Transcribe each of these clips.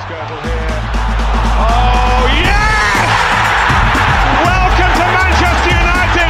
Skirtle here. Oh yes! Welcome to Manchester United!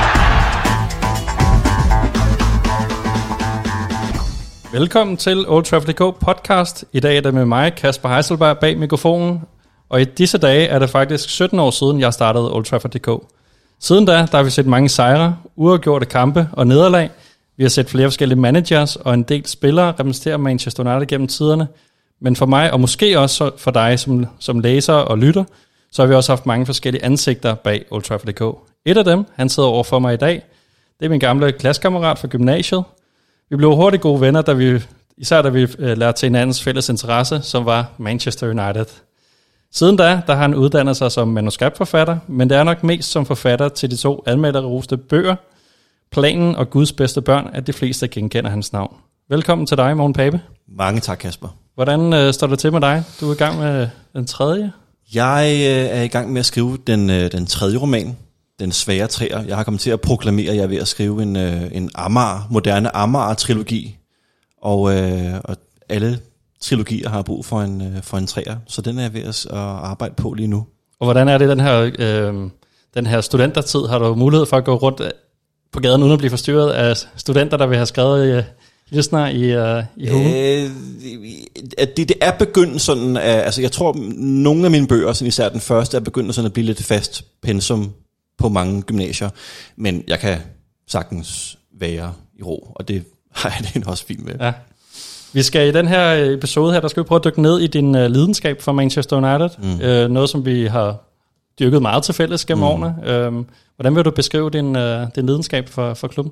Velkommen til Old Trafford.dk podcast. I dag er det med mig, Kasper Heiselberg, bag mikrofonen. Og i disse dage er det faktisk 17 år siden, jeg startede Old Trafford.dk. Siden da, der har vi set mange sejre, uafgjorte kampe og nederlag. Vi har set flere forskellige managers og en del spillere repræsentere Manchester United gennem tiderne. Men for mig, og måske også for dig som læser og lytter, så har vi også haft mange forskellige ansigter bag Old Trafford.dk. Et af dem, han sidder over for mig i dag, det er min gamle klassekammerat fra gymnasiet. Vi blev hurtigt gode venner, da vi lærte til hinandens fælles interesse, som var Manchester United. Siden da har han uddannet sig som manuskriptforfatter, men det er nok mest som forfatter til de 2 anmelderroste bøger, Planen og Guds bedste børn, at de fleste genkender hans navn. Velkommen til dig, Morten Pape. Mange tak, Kasper. Hvordan står det til med dig? Du er i gang med den 3. Jeg er i gang med at skrive den 3. roman, Den svære træer. Jeg har kommet til at proklamere, at jeg er ved at skrive en moderne Amager-trilogi, og alle trilogier har brug for en træer, så den er jeg ved at arbejde på lige nu. Og hvordan er det den her studentertid? Har du mulighed for at gå rundt på gaden uden at blive forstyrret af studenter, der vil have skrevet listener i ugen? Det er begyndt sådan, altså jeg tror, nogle af mine bøger, sådan især den første, er begyndt sådan at blive lidt fast pensum på mange gymnasier, men jeg kan sagtens være i ro, og det har jeg det også fint med. Ja. Vi skal i den her episode her, der skal vi prøve at dykke ned i din lidenskab for Manchester United. Noget, som vi har dyrket meget til fælles gennem årene. Hvordan vil du beskrive din lidenskab for klubben?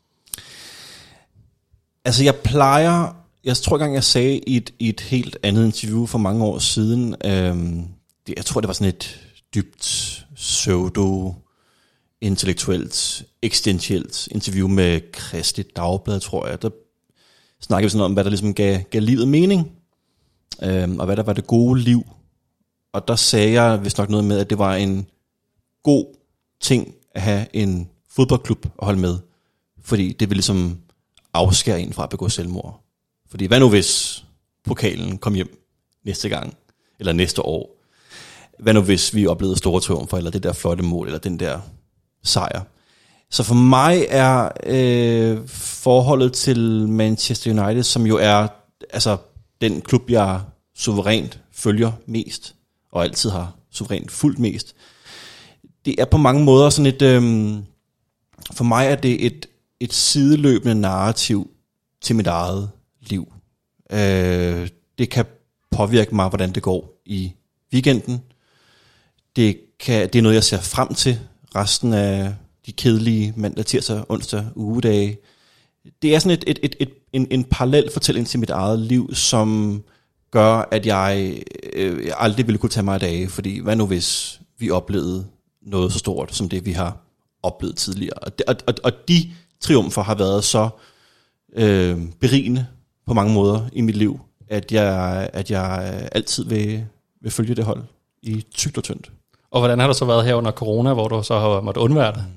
Altså jeg tror engang jeg sagde i et helt andet interview for mange år siden, jeg tror det var sådan et dybt pseudo-intellektuelt, eksistentielt interview med Kristeligt Dagblad, tror jeg. Der snakkede vi sådan om, hvad der ligesom gav livet mening, og hvad der var det gode liv. Og der sagde jeg vist nok noget med, at det var en god ting at have en fodboldklub at holde med, fordi det ville ligesom afskære en fra at begå selvmord. Fordi hvad nu hvis pokalen kom hjem næste gang, eller næste år? Hvad nu hvis vi oplevede store triumfer, eller det der flotte mål, eller den der sejr? Så for mig er forholdet til Manchester United, som jo er altså den klub, jeg suverænt følger mest, og altid har suverænt fulgt mest, det er på mange måder sådan et, for mig er det et sideløbende narrativ til mit eget liv. Det kan påvirke mig, hvordan det går i weekenden. Det er noget, jeg ser frem til resten af de kedelige mandag, tirsdag, onsdag, ugedage. Det er sådan en parallel fortælling til mit eget liv, som gør, at jeg aldrig ville kunne tage mig af dage, fordi hvad nu hvis vi oplevede noget så stort, som det vi har oplevet tidligere. Og de triumfer har været så berigende på mange måder i mit liv, at jeg altid vil følge det hold i tykt og tyndt. Og hvordan har det så været her under corona, hvor du så har måttet undvære det?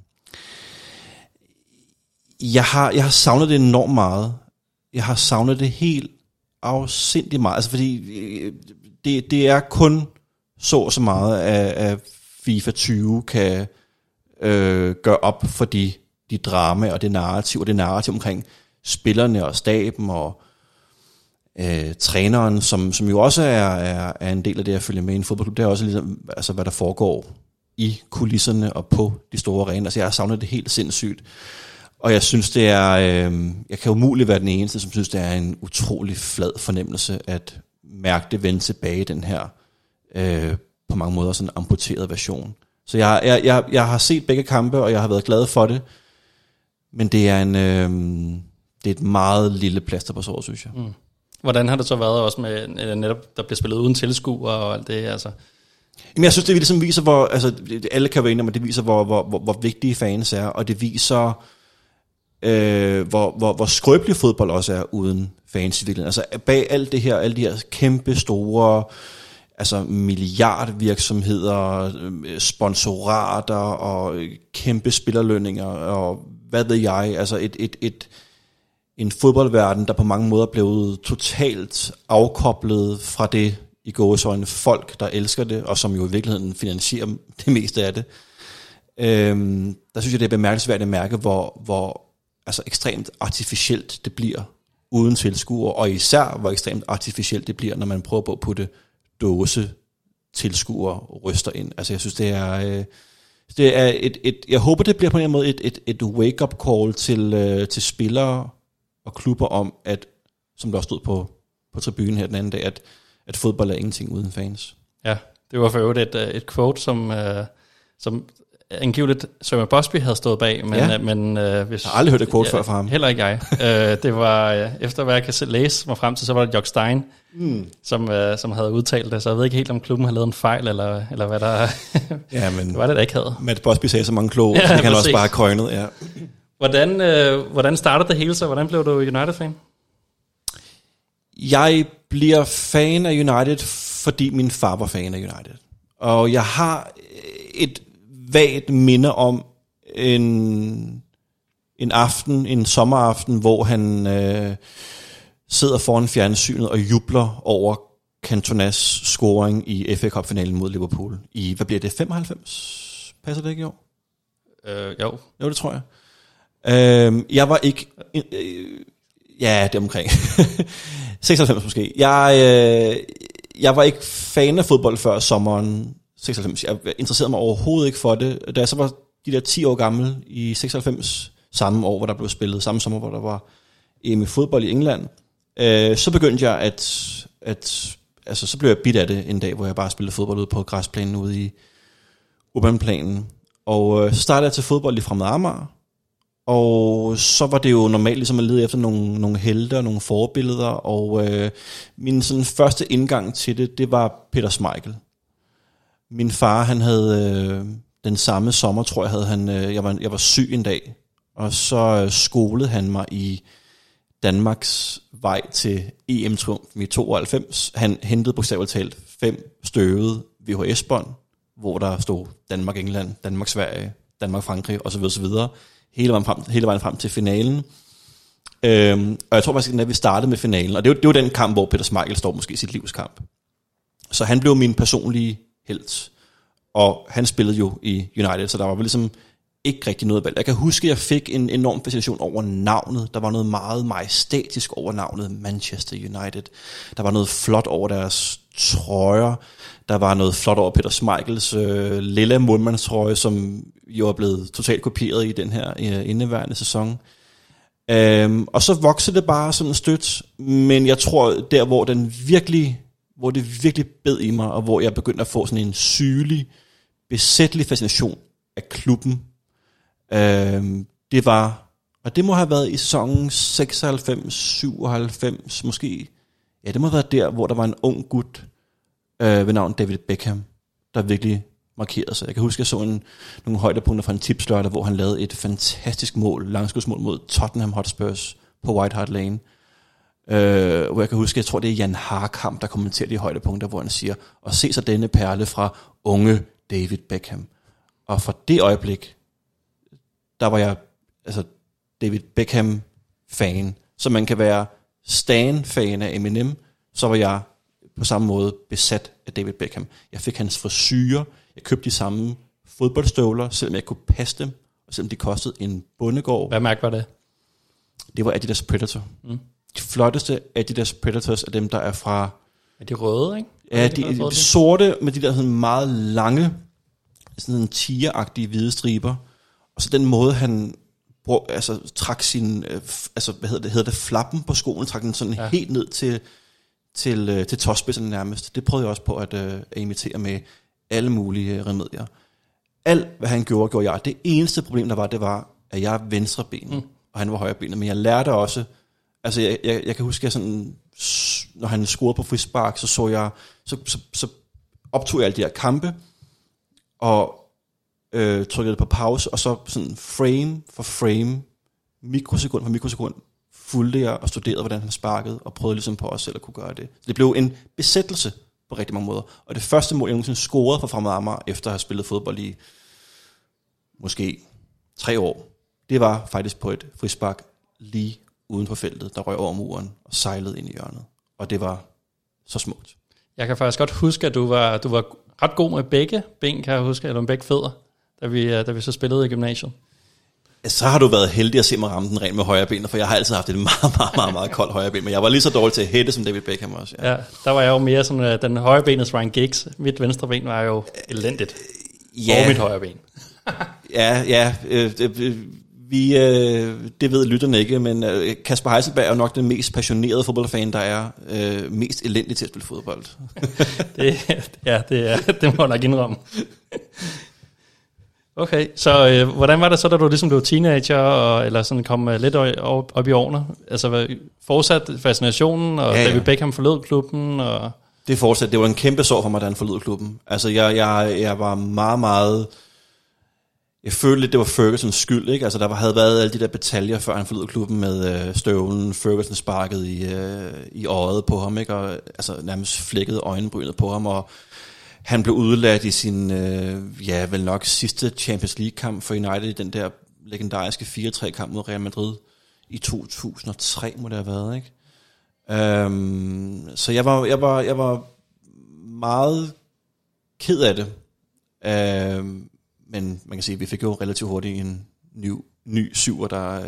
Jeg har savnet det enormt meget. Jeg har savnet det helt afsindigt meget. Altså fordi det er kun så meget, at FIFA 20 kan gøre op for de drama og det narrativ omkring spillerne og staben og træneren, som jo også er en del af det at følge med i en fodboldklub. Det er også ligesom, altså, hvad der foregår i kulisserne og på de store arenaer. Altså jeg har savnet det helt sindssygt. Og jeg synes det er, jeg kan umuligt være den eneste, som synes det er en utrolig flad fornemmelse at mærke det vende tilbage i den her på mange måder sådan amputeret version. Så jeg har set begge kampe, og jeg har været glad for det. Men det er det er et meget lille plaster på såret, synes jeg. Hvordan har det så været også med netop, der bliver spillet uden tilskuer og alt det, altså? Jamen jeg synes, det ligesom viser, hvor, altså alle kan være enige om, at det viser, hvor vigtige fans er, og det viser, hvor skrøbelig fodbold også er uden fans i virkeligheden. Altså bag alt det her, alle de her kæmpe store, altså milliardvirksomheder, sponsorater og kæmpe spillerlønninger og hvad ved jeg, altså en fodboldverden, der på mange måder blev totalt afkoblet fra det i gåseøjne folk, der elsker det, og som jo i virkeligheden finansierer det meste af det. Der synes jeg, det er bemærkelsesværdigt at mærke, hvor altså ekstremt artificielt det bliver uden tilskuer, og især hvor ekstremt artificielt det bliver, når man prøver på at putte dåse tilskuer ryster ind. Altså jeg synes, det er jeg håber, det bliver på en måde et wake-up call til spillere og klubber om, at, som der også stod på tribunen her den anden dag, at fodbold er ingenting uden fans. Ja, det var for øvrigt et quote, som angiveligt Søren Bosby havde stået bag, men hvis, jeg har aldrig hørt et quote før fra ham. Heller ikke jeg. Det var, efter hvad jeg kan læse mig frem til, så var det Jock Stein, som havde udtalt det, så jeg ved ikke helt, om klubben har lavet en fejl, eller hvad der ja, men det var det, der ikke havde. Matt Bosby sagde så mange kloge, så det kan han også bare have coinet, ja. Hvordan startede det hele så? Hvordan blev du United-fan? Jeg bliver fan af United, fordi min far var fan af United. Og jeg har et vagt minde om en aften, en sommeraften, hvor han sidder foran fjernsynet og jubler over Cantonas scoring i FA Cup-finalen mod Liverpool. I, hvad bliver det, 95? Passer det ikke i år? Jo. Jo, det tror jeg. Jeg var ikke... ja, det er omkring. 96 måske. Jeg var ikke fan af fodbold før sommeren 96. Jeg interesserede mig overhovedet ikke for det. Da jeg så var de der 10 år gammel i 96, samme år, hvor der blev spillet, samme sommer, hvor der var EM i fodbold i England, så begyndte jeg altså så blev jeg bidt af det en dag, hvor jeg bare spillede fodbold ude på græsplænen ude i Urbanplanen. Og så startede jeg til fodbold i Fremad Amager, og så var det jo normalt ligesom at lede efter nogle helte og nogle forbilleder, og min sådan første indgang til det var Peter Schmeichel. Min far, han havde den samme sommer, tror jeg var syg en dag, og så skolede han mig i Danmarks vej til EM-triumfen i 92. Han hentede bogstaveligt talt 5 støvede VHS-bånd, hvor der stod Danmark-England, Danmark-Sverige, Danmark-Frankrig osv. Hele vejen frem til finalen. Og jeg tror faktisk, at vi startede med finalen, og det var den kamp, hvor Peter Schmeichel står måske i sit livskamp. Så han blev min personlige helt. Og han spillede jo i United, så der var vel ligesom ikke rigtig noget valg. Jeg kan huske, at jeg fik en enorm fascination over navnet. Der var noget meget majestætisk over navnet Manchester United. Der var noget flot over deres trøjer. Der var noget flot over Peter Schmeichels lille målmandstrøje, som jo er blevet totalt kopieret i den her indeværende sæson. Og så voksede det bare sådan stødt. Men jeg tror, der hvor det virkelig bed i mig, og hvor jeg begyndte at få sådan en sygelig, besættelig fascination af klubben, det var, og det må have været i sæsonen 96-97 måske, ja, det må have været der, hvor der var en ung gut ved navn David Beckham, der virkelig markerede sig. Jeg kan huske, at jeg så nogle højdepunkter fra en tipslørdag, hvor han lavede et fantastisk mål, langskudsmål mod Tottenham Hotspurs på White Hart Lane, hvor jeg kan huske, jeg tror det er Jan Harkamp, der kommenterer de højdepunkter, hvor han siger, og se så denne perle fra unge David Beckham. Og fra det øjeblik, der var jeg altså David Beckham fan. Så man kan være Stan-fan af Eminem, så var jeg på samme måde besat af David Beckham. Jeg fik hans frisyrer, jeg købte de samme fodboldstøvler, selvom jeg kunne passe dem, og selvom de kostede en bondegård. Hvad mærke var det? Det var Adidas Predator. De flotteste Adidas Predators er dem, der er fra... Er de røde, ikke? Ja, de sorte med de der sådan meget lange, sådan tigeragtige hvide striber. Og så den måde, han trak sin, hedder det flappen på skoen, trak den sådan helt ned til tåspidserne nærmest. Det prøvede jeg også på at imitere med alle mulige remedier. Alt, hvad han gjorde jeg. Det eneste problem, det var, at jeg er venstrebenet, og han var højrebenet. Men jeg lærte også, altså jeg kan huske, at sådan, når han scorede på frispark, så optog jeg alle de her kampe, og trykkede det på pause, og så sådan frame for frame, mikrosekund for mikrosekund, fulgte jeg og studerede, hvordan han sparkede, og prøvede ligesom på os selv at kunne gøre det. Det blev en besættelse på rigtig mange måder. Og det første mål, jeg nogensinde scorede for Fremad Amager, efter at have spillet fodbold i måske 3 år, det var faktisk på et frispark lige uden for feltet, der røg over muren og sejlede ind i hjørnet. Og det var så smukt. Jeg kan faktisk godt huske, at du var ret god med begge ben, kan jeg huske, eller med begge fødder, da vi så spillede i gymnasiet. Så har du været heldig at se mig ramme den rent med højre ben, for jeg har altid haft et meget koldt højre ben, men jeg var lige så dårlig til at hætte som David Beckham også. Ja, der var jeg jo mere som den højre benets Ryan Giggs. Mit venstre ben var jo elendigt. Ja. Og mit højre ben. Det ved lytterne ikke, men Kasper Heiselberg er jo nok den mest passionerede fodboldfan, der er mest elendig til at spille fodbold. Det må jeg nok indrømme. Okay, så hvordan var det så, da du ligesom blev teenager, eller sådan kom lidt op i årene? Altså fortsat fascinationen, og David Beckham forlod klubben? Og Det fortsat. Det var en kæmpe sorg for mig, da han forlod klubben. Altså jeg var meget... Jeg følte lidt, det var Fergusons skyld, ikke? Altså der havde været alle de der bataljer, før han forlod klubben med støvlen. Ferguson sparkede i øjet på ham, ikke? Og altså nærmest flækkede øjenbrynet på ham, og han blev udladt i sin, vel nok sidste Champions League-kamp for United, i den der legendariske 4-3-kamp mod Real Madrid i 2003, må det have været, ikke? Så jeg var meget ked af det. Men man kan sige, at vi fik jo relativt hurtigt en ny syver,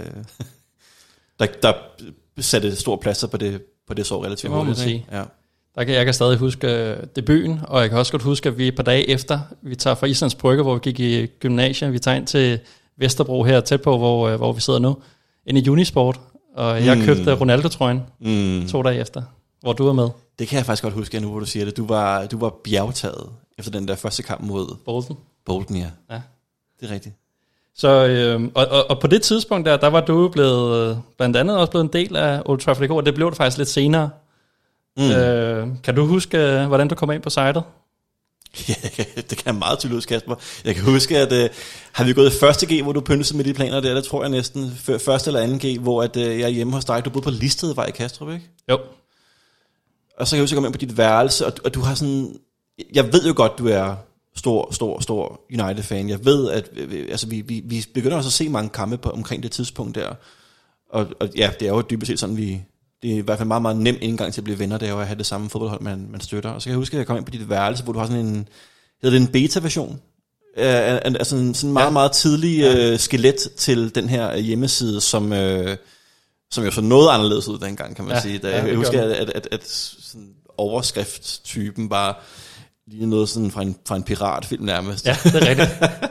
der satte et stort plads på det så relativt hurtigt. Sige. Ja. Jeg kan stadig huske debuten, og jeg kan også godt huske, at vi et par dage efter, vi tager fra Islands Brygge, hvor vi gik i gymnasiet, vi tager ind til Vesterbro her tæt på, hvor vi sidder nu, ind i Unisport, og jeg købte Ronaldo-trøjen 2 dage efter, hvor du var med. Det kan jeg faktisk godt huske nu, hvor du siger det. Du var bjergtaget efter den der første kamp mod Bolton, ja. Det er rigtigt. Så, og på det tidspunkt der var du blevet, blandt andet også blevet en del af Old Trafford, og det blev det faktisk lidt senere. Kan du huske, hvordan du kom ind på sitet? Ja, det kan jeg meget tydeligt huske, Kasper. Jeg kan huske, at har vi gået i første G, hvor du pyntede med de planer der, tror jeg næsten, første eller anden G, hvor at, jeg er hjemme hos dig, du boede på Listedvej i Kastrup, ikke? Jo. Og så kan jeg huske, at jeg kom ind på dit værelse, og du har sådan, jeg ved jo godt, du er stor United-fan. Jeg ved, at altså, vi begynder også at se mange kampe omkring det tidspunkt der, og ja, det er jo dybest set sådan, det er i hvert fald meget, meget nem indgang til at blive venner, det er jo at have det samme fodboldhold, man støtter. Og så kan jeg huske, at jeg kom ind på dit værelse, hvor du har sådan en, hedder det en beta-version? Altså sådan meget, meget tidlig skelet til den her hjemmeside, som jo så noget anderledes ud dengang, kan man sige. Jeg husker, at sådan overskriftstypen var lige noget sådan fra en piratfilm nærmest. Ja, det er rigtigt.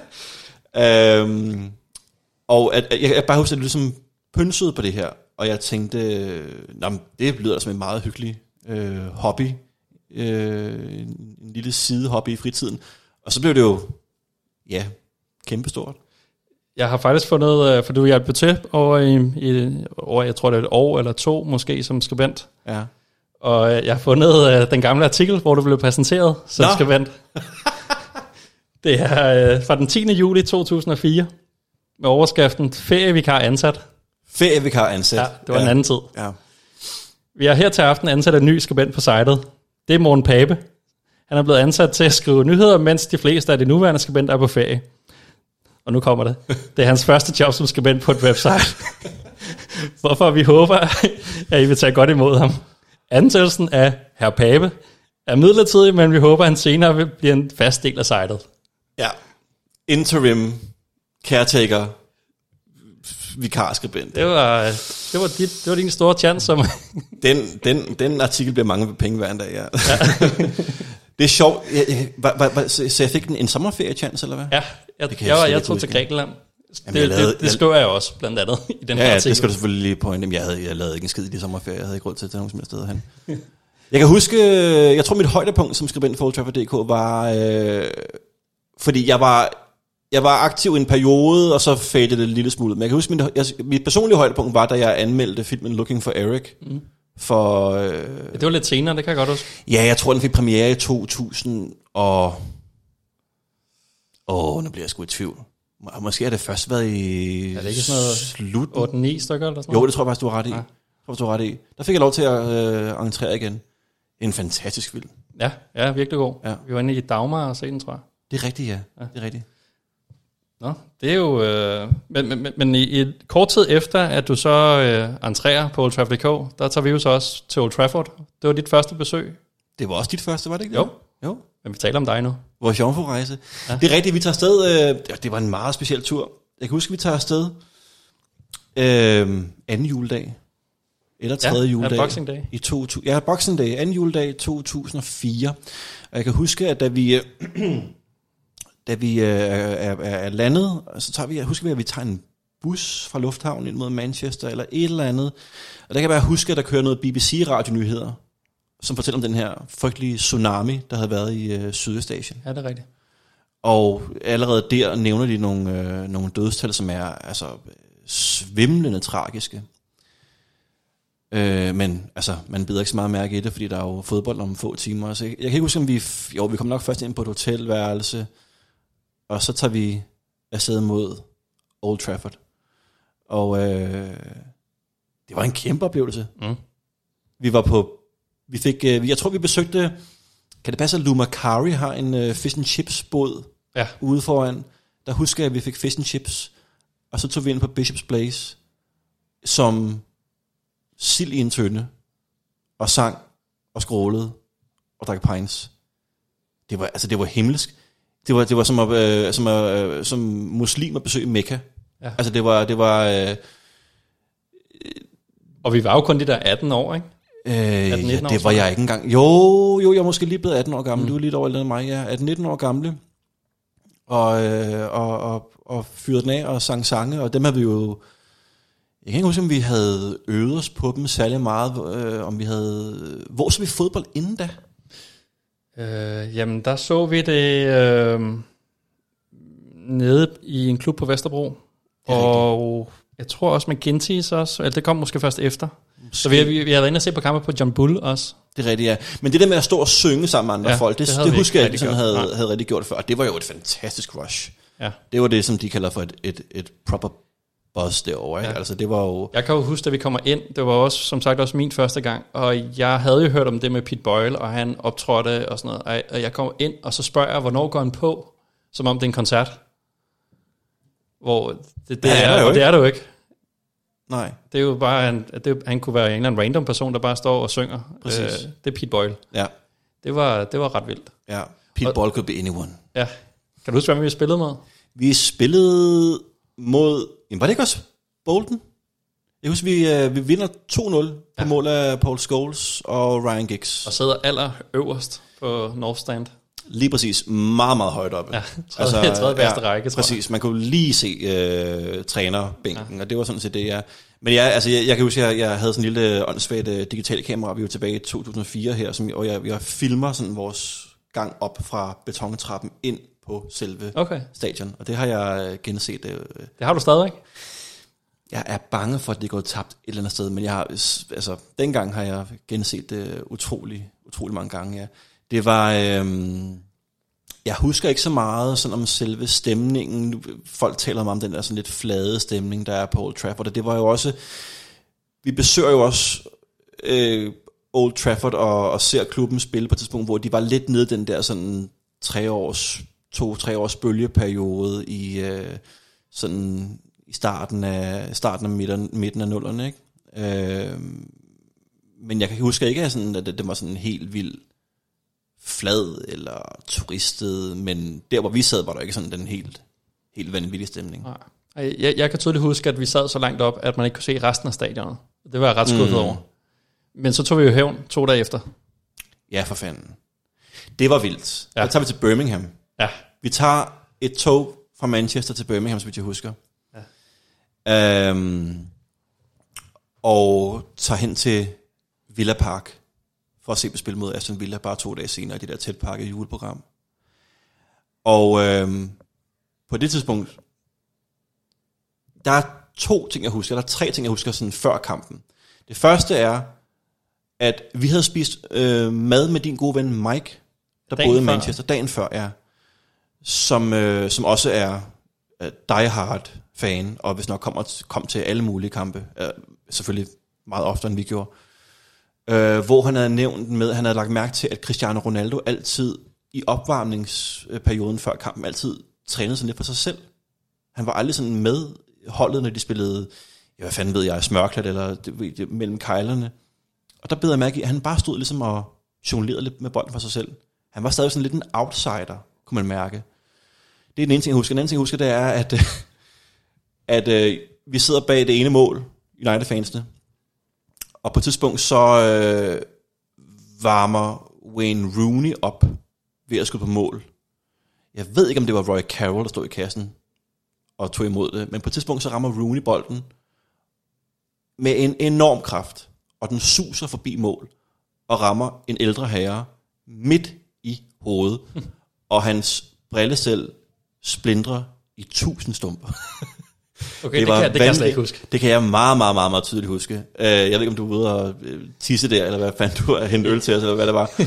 Og jeg bare husker, at du ligesom pynsede på det her, og jeg tænkte, det lyder som en meget hyggelig hobby, en lille sidehobby i fritiden. Og så blev det jo, kæmpestort. Jeg har faktisk fundet, for du hjalp til over jeg tror det er et år eller 2 måske som skribent. Ja. Og jeg har fundet den gamle artikel, hvor du blev præsenteret som skribent. Det er fra den 10. juli 2004 med overskriften Ferievikar ansat. Ferievikar ansat. Ja, det var en anden tid. Ja. Vi har her til aften ansat en ny skribent på sitet. Det er Morten Pape. Han er blevet ansat til at skrive nyheder, mens de fleste af de nuværende skribenter er på ferie. Og nu kommer det. Det er hans første job som skribent på et website. Hvorfor vi håber, at I vil tage godt imod ham. Ansættelsen af herr Pape er midlertidig, men vi håber, at han senere vil blive en fast del af sitet. Ja. Interim caretaker vikarskribent. Det var din store chance. Som den artikel bliver mange penge hver en dag, ja. Det er sjovt. Så jeg fik en sommerferie-chance, eller hvad? Ja, jeg tog til Grækenland. Det skriver jeg også, blandt andet, i den her artikel. Ja, det skal du selvfølgelig lige pointe. Jeg lavede ikke en skid i de sommerferie. Jeg havde ikke råd til at tage nogen som helst steder hen. Jeg kan huske, jeg tror mit højdepunkt som skribent for Old Trafford.dk var, fordi jeg var aktiv i en periode, og så fadede det en lille smule. Men jeg kan huske, mit personlige højdepunkt var, da jeg anmeldte filmen Looking for Eric. For, det var lidt senere, det kan jeg godt huske. Ja, jeg tror, den fik premiere i 2000 og... nu bliver jeg sgu i tvivl. Måske har det først været i... Er det ikke sådan noget 8-9 stykker eller sådan noget? Jo, det tror jeg faktisk, du har ret i. Der fik jeg lov til at entrere igen. En fantastisk film. Ja, virkelig god. Ja. Vi var inde i Dagmar og se den, tror jeg. Det er rigtigt, ja. Det er rigtigt. Nå, det er jo... Men i kort tid efter, at du så entrerer på Old Trafford.dk, der tager vi jo så også til Old Trafford. Det var dit første besøg. Det var også dit første, var det ikke Jo. det? Jo. Men vi taler om dig nu. Vores jomfru-rejse. Ja. Det er rigtigt, vi tager afsted. Det var en meget speciel tur. Jeg kan huske, vi tager afsted anden juledag. Eller tredje juledag. Boxing Day. Boxing Day. Anden juledag 2004. Og jeg kan huske, at da vi er landet, så husker vi, at vi tager en bus fra lufthavnen ind mod Manchester, eller et eller andet. Og der kan jeg bare huske, at der kører noget BBC-radionyheder, som fortæller om den her frygtelige tsunami, der havde været i Sydøstasien. Ja, det er rigtigt. Og allerede der nævner de nogle dødstal, som er altså svimlende tragiske. Men altså, man bider ikke så meget mærke i det, fordi der er jo fodbold om få timer. Så jeg kan ikke huske, om vi kommer nok først ind på et hotelværelse, og så tager vi afsted mod Old Trafford. Og det var en kæmpe oplevelse. Mm. Jeg tror, vi besøgte, kan det passe, at Lou Macari har en fish and chips båd ude foran. Der husker jeg, at vi fik fish and chips, og så tog vi ind på Bishop's Place, som sild i en tønde, og sang, og skrålede, og drak pints. Det var himmelsk. Det var som muslim at besøge Mekka. Ja. Altså det var og vi var jo kun de der 18 år, ikke? Det var jeg ikke engang. Jo, jeg er måske lige blevet 18 år gammel. Du er lidt over ældre end mig, ja. 18-19 år gamle. Og fyrede den af og sang sange, og dem har vi jo... Jeg kan ikke huske, om vi havde øvet os på dem særlig meget, Hvor så vi fodbold inden da? Jamen, der så vi det nede i en klub på Vesterbro. Og jeg tror også McGinty's også, eller det kom måske først efter. Måske. Så vi havde været inde og se på kampe på John Bull også. Det er rigtigt, ja. Men det der med at stå og synge sammen med andre folk, det husker jeg, at de havde rigtig gjort det før. Og det var jo et fantastisk rush. Ja. Det var det, som de kalder for et proper buzz derovre. Ja. Altså, det var jo... Jeg kan jo huske, da vi kommer ind, det var også, som sagt, også min første gang, og jeg havde jo hørt om det med Pete Boyle, og han optrådte og sådan noget, og jeg kommer ind, og så spørger jeg, hvornår går han på, som om det er en koncert. Hvor det er det jo ikke. Nej. Det er jo bare, han kunne være en eller anden random person, der bare står og synger. Præcis. Det er Pete Boyle. Ja. Det var ret vildt. Ja, Pete Boyle could be anyone. Ja. Kan du huske, hvem vi spillede mod? Vi spillede mod... Jamen, var det ikke også Bolton? Jeg husker, vi vinder 2-0 på mål af Paul Scholes og Ryan Giggs. Og sidder allerøverst på North Stand. Lige præcis. Meget, meget højt oppe. Ja, tredje bedste række, tror jeg. Præcis. Man kunne lige se trænerbænken, og det var sådan set det, Men jeg kan huske, at jeg havde sådan en lille åndssvagt digitalt kamera, vi var tilbage i 2004 her, og jeg filmer sådan vores gang op fra betontrappen ind på selve stadion, og det har jeg genset. Det har du stadig, ikke? Jeg er bange for, at det er gået tabt et eller andet sted, men dengang har jeg genset det utrolig mange gange, ja. Det var, jeg husker ikke så meget sådan om selve stemningen. Folk taler om den der sådan lidt flade stemning, der er på Old Trafford, og det var jo også, vi besøger jo også Old Trafford og ser klubben spille på et tidspunkt, hvor de var lidt nede den der sådan 2-3 års bølgeperiode i sådan i starten af midten af nullerne, ikke? Men jeg kan huske ikke, at det var sådan helt vildt flad eller turistet, men der hvor vi sad, var der ikke sådan den helt vanvittige stemning. Nej. Jeg kan tydeligt huske, at vi sad så langt op, at man ikke kunne se resten af stadionet. Det var jeg ret skuffet over. Men så tog vi jo hævn 2 dage efter. Ja, for fanden. Det var vildt. Ja. Så tager vi til Birmingham. Ja. Vi tager et tog fra Manchester til Birmingham, så vidt jeg husker. Ja. Og tager hen til Villa Park for at se på spil mod Aston Villa bare 2 dage senere i det der tætpakkede juleprogram. Og på det tidspunkt, der er 2 ting, jeg husker. Der er 3 ting, jeg husker sådan før kampen. Det første er, at vi havde spist mad med din gode ven Mike, der boede i Manchester dagen før, ja. Som også er die hard fan, og hvis nok kom til alle mulige kampe, selvfølgelig meget oftere end vi gjorde. Hvor han havde lagt mærke til, at Cristiano Ronaldo altid i opvarmningsperioden før kampen altid trænede sig lidt for sig selv. Han var aldrig sådan med holdet, når de spillede, hvad fanden ved jeg, smørklat eller mellem kejlerne. Og der bed jeg mærke i, at han bare stod ligesom og jonglerede lidt med bolden for sig selv. Han var stadig sådan lidt en outsider, kunne man mærke. Det er den ene ting, jeg husker. Den anden ting, jeg husker, det er, at vi sidder bag det ene mål, United-fansene, og på et tidspunkt så varmer Wayne Rooney op ved at skyde på mål. Jeg ved ikke, om det var Roy Carroll, der stod i kassen og tog imod det, men på et tidspunkt så rammer Rooney bolden med en enorm kraft, og den suser forbi mål, og rammer en ældre herre midt i hovedet, og hans brillesæl splintrer i 1000 stumper. Okay, det kan jeg slet ikke huske. Det kan jeg meget, meget, meget, meget tydeligt huske. Jeg ved ikke, om du er ude og tisse der, eller hvad fanden du har hentet øl til os, eller hvad det var.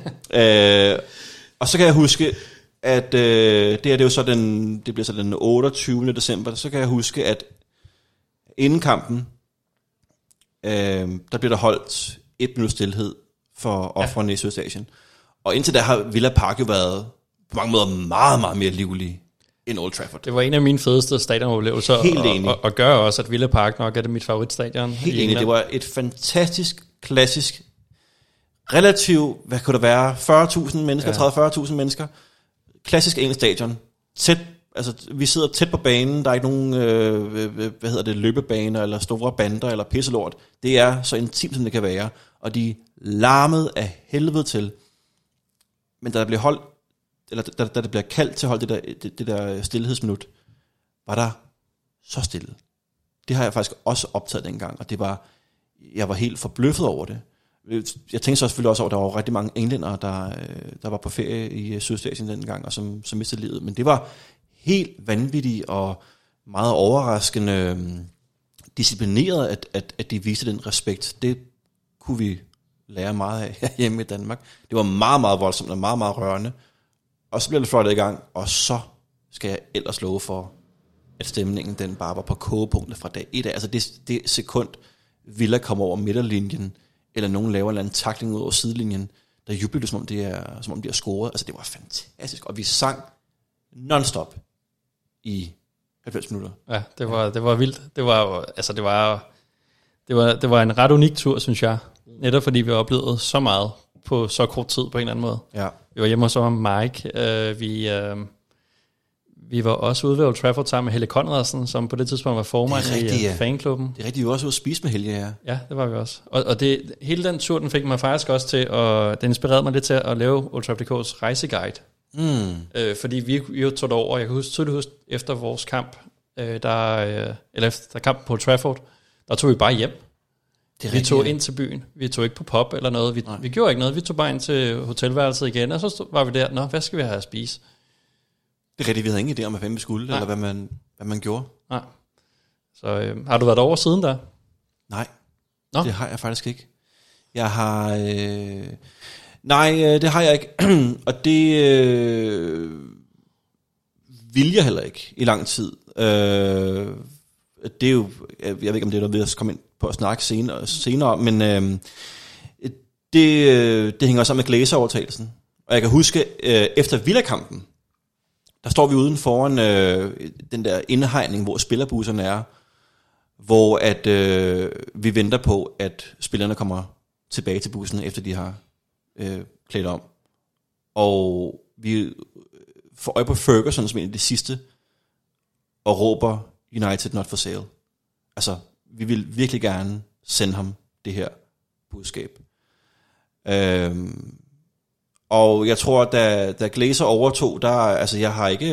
Og så kan jeg huske, at det er jo så det bliver så den 28. december, så kan jeg huske, at inden kampen, der bliver der holdt 1 minut stilhed for ofrene i Sydøstasien. Og indtil da har Villa Park jo været på mange måder meget, meget mere livlig end Old Trafford. Det var en af mine fedeste stadionoplevelser. Helt enig. Og gør også, at Villa Park nok er det mit favoritstadion. Helt enig. Det var et fantastisk, klassisk, relativt, hvad kunne det være, 40.000 mennesker, 30-40.000 mennesker. Klassisk engelsk stadion. Tæt, altså vi sidder tæt på banen, der er ikke nogen, løbebaner, eller store bander, eller pisselort. Det er så intimt, som det kan være. Og de larmede af helvede til. Men da der blev holdt, eller da det bliver kaldt til at holde det der stillhedsminut, var der så stille. Det har jeg faktisk også optaget dengang, og jeg var helt forbløffet over det. Jeg tænkte så selvfølgelig også over, at der var rigtig mange englændere, der var på ferie i Sydøstasien dengang, og som mistede livet. Men det var helt vanvittigt og meget overraskende disciplineret, at de viste den respekt. Det kunne vi lære meget af hjemme i Danmark. Det var meget, meget voldsomt og meget, meget rørende. Og så bliver det fløjtet i gang, og så skal jeg ellers love for, at stemningen den bare var på kogepunktet fra dag 1 af. Altså det sekund, Villa kommer over midterlinjen, eller nogen laver en eller anden tackling ud over sidelinjen, der jubler det, som om de har scoret. Altså det var fantastisk, og vi sang non-stop i 90 minutter. Ja, det var vildt. Det var en ret unik tur, synes jeg. Netop fordi vi oplevede så meget på så kort tid på en eller anden måde. Ja. Vi var hjemme hos Mike. Vi var også ude ved Old Trafford sammen med Helle Conradsen, som på det tidspunkt var formand i fanklubben. Det er rigtigt, vi var også ude at spise med Helge, ja. Ja, det var vi også. Og hele den tur, den fik mig faktisk også til, og den inspirerede mig lidt til at lave Old Trafford DK's rejseguide. Fordi vi jo tog det over, jeg kan tydeligt huske, efter vores kamp, eller efter kampen på Old Trafford, der tog vi bare hjem. Vi tog ind til byen. Vi tog ikke på pub eller noget. Vi gjorde ikke noget. Vi tog bare ind til hotelværelset igen, og så var vi der. Nå, hvad skal vi have at spise? Det er rigtigt, vi havde ingen idé om, hvad vi skulle, eller hvad man gjorde. Nej. Så har du været over siden da? Nej, det har jeg faktisk ikke. Jeg har... Nej, det har jeg ikke. Og det vil jeg heller ikke i lang tid. Det er jo... Jeg ved ikke, om det er noget, vi skal komme ind på at snakke senere, men det hænger sammen med Glazer-overtagelsen. Og jeg kan huske, efter Villa-kampen, der står vi uden foran den der indhegning, hvor spillerbusserne er, hvor at vi venter på, at spillerne kommer tilbage til bussen, efter de har klædt om. Og vi får øje på Ferguson som en af de sidste, og råber United not for sale. Altså, vi vil virkelig gerne sende ham det her budskab. Og jeg tror, da Glazer overtog, altså jeg har ikke...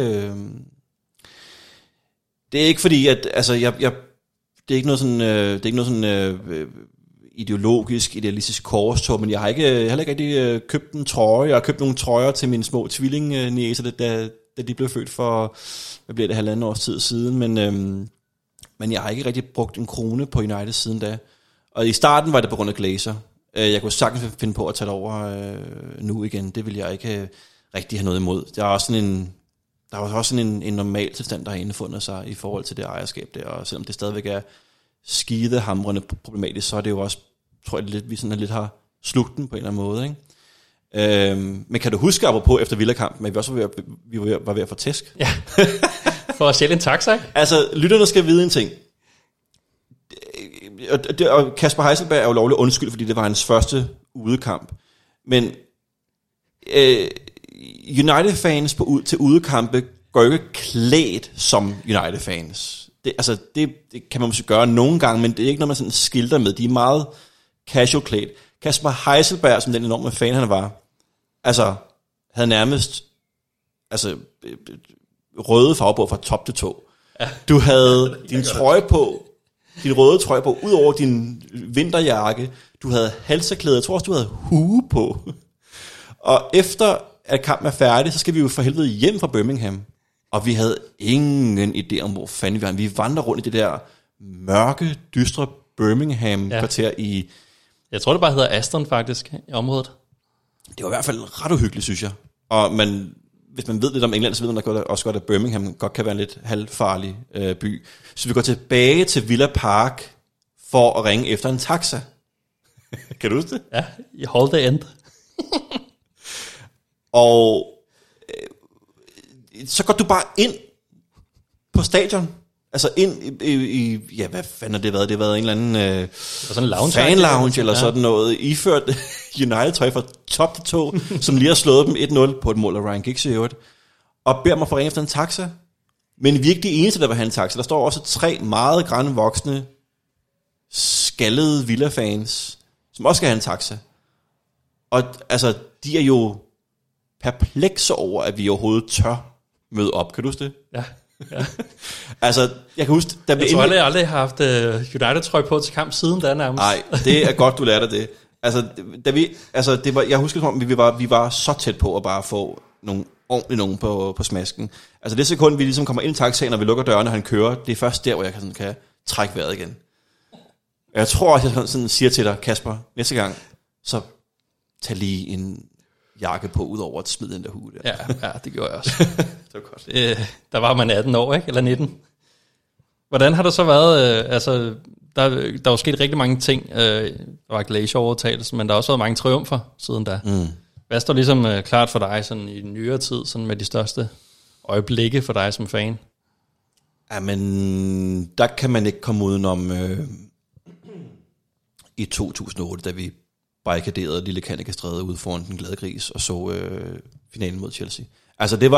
det er ikke fordi, at... Altså, det er ikke noget sådan... ideologisk, idealistisk korstog, men jeg har heller ikke rigtig købt en trøje. Jeg har købt nogle trøjer til mine små tvillingniæser, da de blev født for, hvad bliver det, 1,5 års tid siden, men jeg har ikke rigtig brugt en krone på United siden da. Og i starten var det på grund af Glazer. Jeg kunne sagtens finde på at tage det over nu igen. Det vil jeg ikke rigtig have noget imod. Der er også sådan en normal tilstand, der har indfundet sig i forhold til det ejerskab der, og selvom det stadigvæk er skidehamrende problematisk, så er det jo også, tror jeg, vi sådan lidt har slugt den på en eller anden måde, ikke? Men kan du huske, apropos efter Villa-kampen, at vi også var ved at få tæsk? Ja, for at sælge en taxa. Altså, lytterne skal vide en ting. Og Kasper Heiselberg er jo lovligt undskyld, fordi det var hans første udekamp. Men United-fans til udekampe går jo ikke klædt som United-fans. Det kan man måske gøre nogle gange, men det er ikke noget, man sådan skilter med. De er meget casual klædt. Kasper Heiselberg, som den enorme fan han var, havde nærmest røde farve fra top til tå. Ja. Du havde din røde trøje på, ud over din vinterjakke. Du havde halserklæde, jeg tror også, du havde hue på. Og efter at kampen er færdig, så skal vi jo for helvede hjem fra Birmingham. Og vi havde ingen idé om, hvor fanden vi var. Vi vandrer rundt i det der mørke, dystre Birmingham-kvarter i... Jeg tror, det bare hedder Aston faktisk, i området. Det var i hvert fald ret uhyggeligt, synes jeg. Og hvis man ved lidt om England, så ved man også godt, at Birmingham godt kan være en lidt halvfarlig by. Så vi går tilbage til Villa Park for at ringe efter en taxa. Kan du huske det? Ja, i Hall the End. Og så går du bare ind på stadion. Altså ind i ja, hvad fanden har det været? Det har været en eller anden fan lounge eller sådan noget. Iført United-tøj fra top til tå, som lige har slået dem 1-0 på et mål af Ryan Giggs i øvrigt. Og beder mig for at ringe efter en taxa. Men vi er ikke de eneste, der vil have en taxa. Der står også 3 meget grønne voksne, skaldede Villa-fans, som også skal have en taxa. Og de er jo perplekse over, at vi overhovedet tør møde op. Kan du huske det? Ja. Jeg kan huske... Jeg tror aldrig har haft United-trøje på til kamp siden da nærmest. Nej, det er godt, du lærte det. Jeg husker, at vi var så tæt på at bare få nogle ordentligt nogen på smasken. Det sekund, vi ligesom kommer ind i taxaen, og vi lukker dørene, og han kører, det er først der, hvor jeg kan trække vejret igen. Jeg tror også, jeg sådan siger til dig, Kasper, næste gang, så tag lige en jakke på, ud over at smide den der hue der. Ja, det gjorde jeg også. Det var godt. Der var man 18 år, ikke? Eller 19. Hvordan har det så været? Der var sket rigtig mange ting. Der var Glacier-overtagelsen, men der har også været mange triumfer siden da. Hvad står ligesom klart for dig sådan i nyere tid, sådan med de største øjeblikke for dig som fan? Jamen, der kan man ikke komme udenom i 2008, da vi barrikaderede Lille Kannikestræde ude foran Den Glade Gris og så finalen mod Chelsea. Det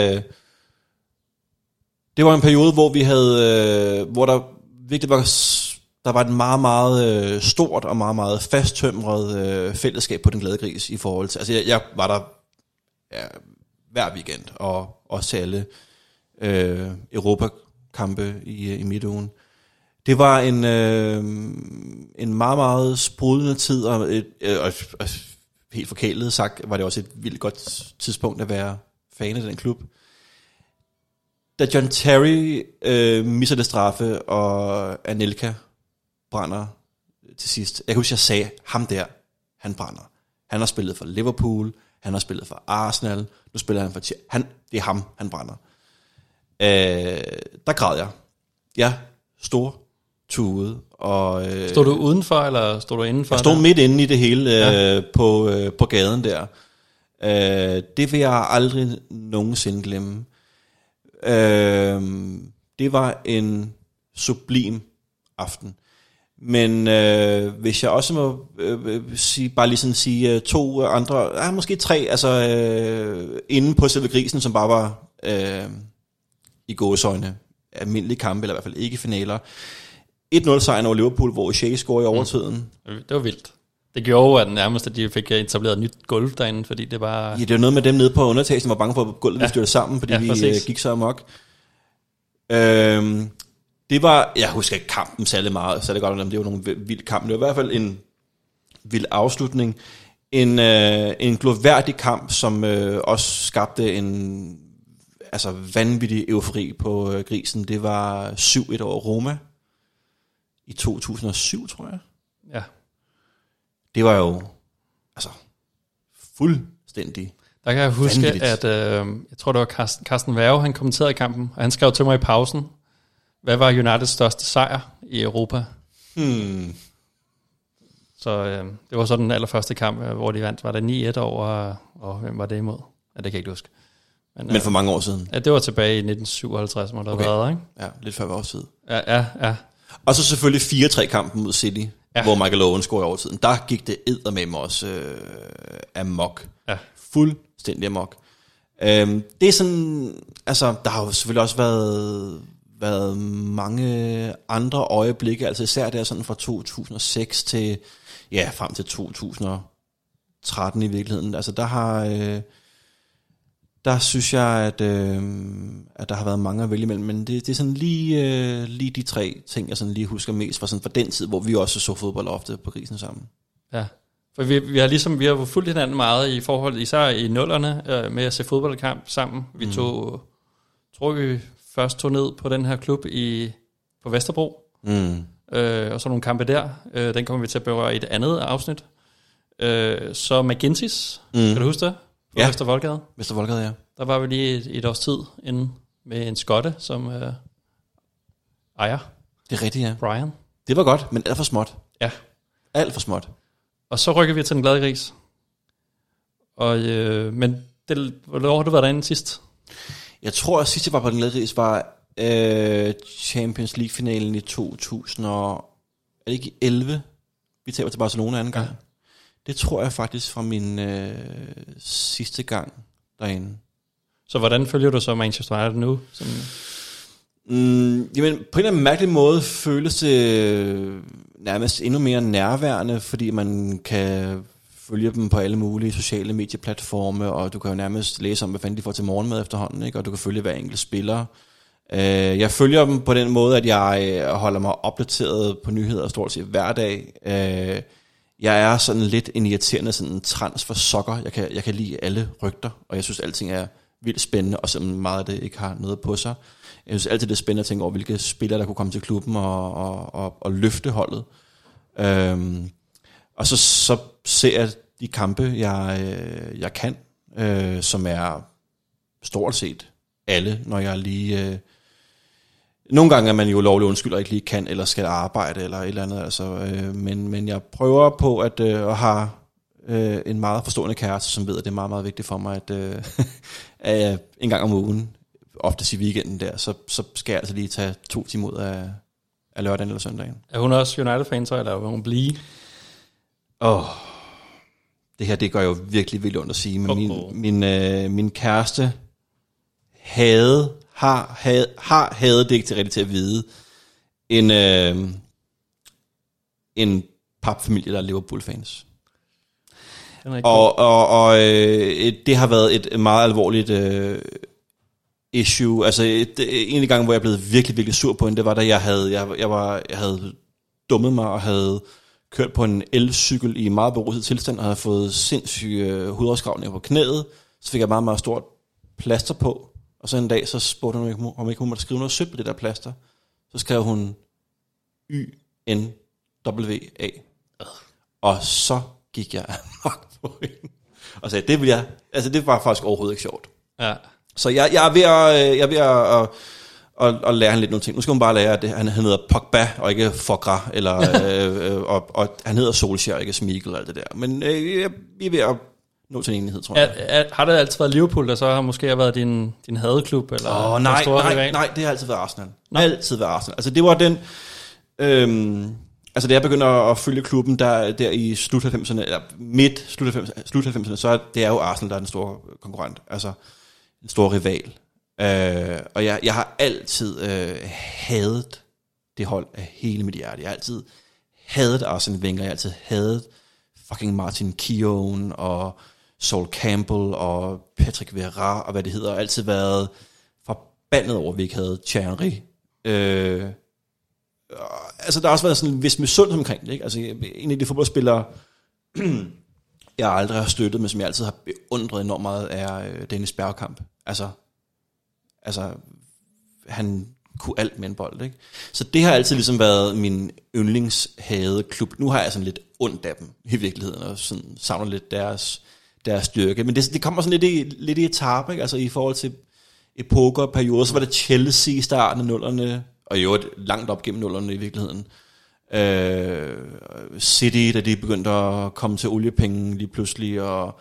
var en periode, hvor vi havde, hvor der virkelig var et meget, meget stort og meget, meget fasttømret fællesskab på Den Glade Gris i forhold til, jeg var der hver weekend, og også til alle Europakampe i midtugen. Det var en meget, meget sprudlende tid, og helt forkælet sagt, var det også et vildt godt tidspunkt at være fan af den klub. Da John Terry misser det straffe, og Anelka brænder til sidst. Jeg kan huske, jeg sagde, ham der, han brænder. Han har spillet for Liverpool, han har spillet for Arsenal, nu spiller han for det er ham, han brænder. Der græd jeg. Ja, stor tude. Og, stod du udenfor, eller stod du indenfor? Jeg stod midt inde i det hele på gaden der. Det vil jeg aldrig nogensinde glemme. Det var en sublim aften. Men hvis jeg også må sige 2 andre, måske 3, inde på selve grisen, som bare var i gåseøjne almindelige kampe, eller i hvert fald ikke finaler. 1-0-sejren over Liverpool, hvor Shea scorede i overtiden. Det var vildt. Det gjorde at nærmest, at de fik etableret et nyt gulv derinde, fordi det var... Ja, det var noget med dem nede på underetagen, var bange for, at gulvet ville styrte sammen, fordi vi gik så amok. Det var, jeg husker ikke kampen særlig meget, særlig godt, om det var nogle vilde kampe. Det var i hvert fald en vild afslutning. En gloværdig kamp, som også skabte en vanvittig eufori på grisen. Det var 7-1 over Roma i 2007, tror jeg. Ja. Det var jo fuldstændig der kan jeg huske, vanvittigt. at jeg tror, det var Carsten Werge, han kommenterede kampen, og han skrev til mig i pausen, hvad var Uniteds største sejr i Europa? Så det var så den allerførste kamp, hvor de vandt. Var det 9-1 over, og hvem var det imod? Ja, det kan jeg ikke huske. Men for mange år siden? Ja, det var tilbage i 1957, må der have været, ikke? Ja, lidt før vores tid. Ja. Og så selvfølgelig 4-3 kampen mod City hvor Michael Owen scorede i overtiden. Der gik det eddermame også amok. Ja. Fuldstændig amok. Det er sådan, altså der har jo selvfølgelig også været mange andre øjeblikke, altså især der sådan fra 2006 til, ja, frem til 2013 i virkeligheden. Altså der synes jeg, at der har været mange at vælge imellem, men det er sådan lige de tre ting, jeg sådan lige husker mest fra den tid, hvor vi også så fodbold ofte på Grisen sammen. Ja, for vi har fulgt hinanden meget i forhold, især i nullerne, med at se fodboldkamp sammen. Vi tror vi først tog ned på den her klub på Vesterbro, og så nogle kampe der. Den kommer vi til at berøre i et andet afsnit. Så McGinty's, kan du huske det? På Vestervoldgade. Vestervoldgade, ja. Der var vi lige et års tid inde med en skotte, som ejer. Det er rigtigt, ja. Brian. Det var godt, men alt for småt. Ja. Alt for småt. Og så rykker vi til Den Glade Gris. Og, men hvornår har du været derinde sidst? Jeg tror, at sidst jeg var på Den Glade Gris var Champions League-finalen i 2011. Vi taber til Barcelona anden gang. Ja. Det tror jeg faktisk fra min sidste gang derinde. Så hvordan følger du så Manchester United nu? Jamen, på en eller anden mærkelig måde føles det nærmest endnu mere nærværende, fordi man kan følge dem på alle mulige sociale medieplatforme, og du kan jo nærmest læse om, hvad fanden de får til morgenmad efterhånden, ikke? Og du kan følge hver enkelt spiller. Jeg følger dem på den måde, at jeg holder mig opdateret på nyheder stort set hver dag. Jeg er sådan lidt en irriterende sådan transfer-sokker. Jeg kan lide alle rygter, og jeg synes, alting er vildt spændende, og selvom meget af det ikke har noget på sig. Jeg synes altid, det er spændende at tænke over, hvilke spillere, der kunne komme til klubben og løfte holdet. Og så ser jeg de kampe, jeg kan, som er stort set alle, når jeg lige... Nogle gange er man jo lovlig undskyld, og ikke lige kan, eller skal arbejde, eller et eller andet. Altså, men jeg prøver på at have en meget forstående kæreste, som ved, at det er meget, meget vigtigt for mig, at en gang om ugen, oftest i weekenden der, så skal jeg altså lige tage 2 timer ud af lørdagen eller søndagen. Er hun også United-fan, så, eller vil hun blive? Det her, det gør jo virkelig vildt ondt at sige, men min kæreste har det ikke rigtigt til at vide en papfamilie, der er Liverpool-fans. Og det har været et meget alvorligt issue. Altså en af de gange, hvor jeg blev virkelig, virkelig sur på hende, det var, da jeg havde dummet mig og havde kørt på en elcykel i meget beruset tilstand og havde fået sindssyge hudafskrabninger på knæet. Så fik jeg meget, meget stort plaster på. Og så en dag, så spurgte hun, om ikke hun måtte skrive noget sødt på det der plaster. Så skrev hun YNWA. Og så gik jeg amok på hende. Og sagde, det var faktisk overhovedet ikke sjovt. Ja. Så jeg er ved at lære hende lidt nogle ting. Nu skal hun bare lære, at han hedder Pogba, og ikke Fogra, eller, og han hedder Solskjaer, og ikke Schmeichel, og alt det der. Men vi er ved at nå til en enighed, tror jeg. Har det altid været Liverpool, der så har måske været din hadeklub? Eller nej, det har altid været Arsenal. Altid været Arsenal. Altså det var den... altså da jeg begynder at følge klubben der i slut 90'erne, eller slut 90'erne, så det er jo Arsenal, der er den store konkurrent. Altså en stor rival. Og jeg har altid hadet det hold af hele mit hjerte. Jeg har altid hadet Arsene Wenger. Jeg har altid hadet fucking Martin Keown og Sol Campbell og Patrick Vieira og hvad det hedder. Jeg har altid været forbandet over, at vi ikke havde Thierry. Altså der har også været sådan en vis misundelse omkring det, ikke? Altså en af de fodboldspillere, jeg aldrig har støttet, men som jeg altid har beundret enormt meget, er Dennis Bergkamp. Altså han kunne alt med en bold, ikke? Så det har altid ligesom været min yndlingshadeklub. Nu har jeg sådan lidt ondt af dem i virkeligheden, og sådan savner lidt deres styrke. Men det kommer sådan lidt i etape, ikke? Altså i forhold til epoker og perioder. Så var det Chelsea i starten af nullerne, og jo langt op gennem nullerne i virkeligheden. City, da de begyndte at komme til oliepenge lige pludselig, og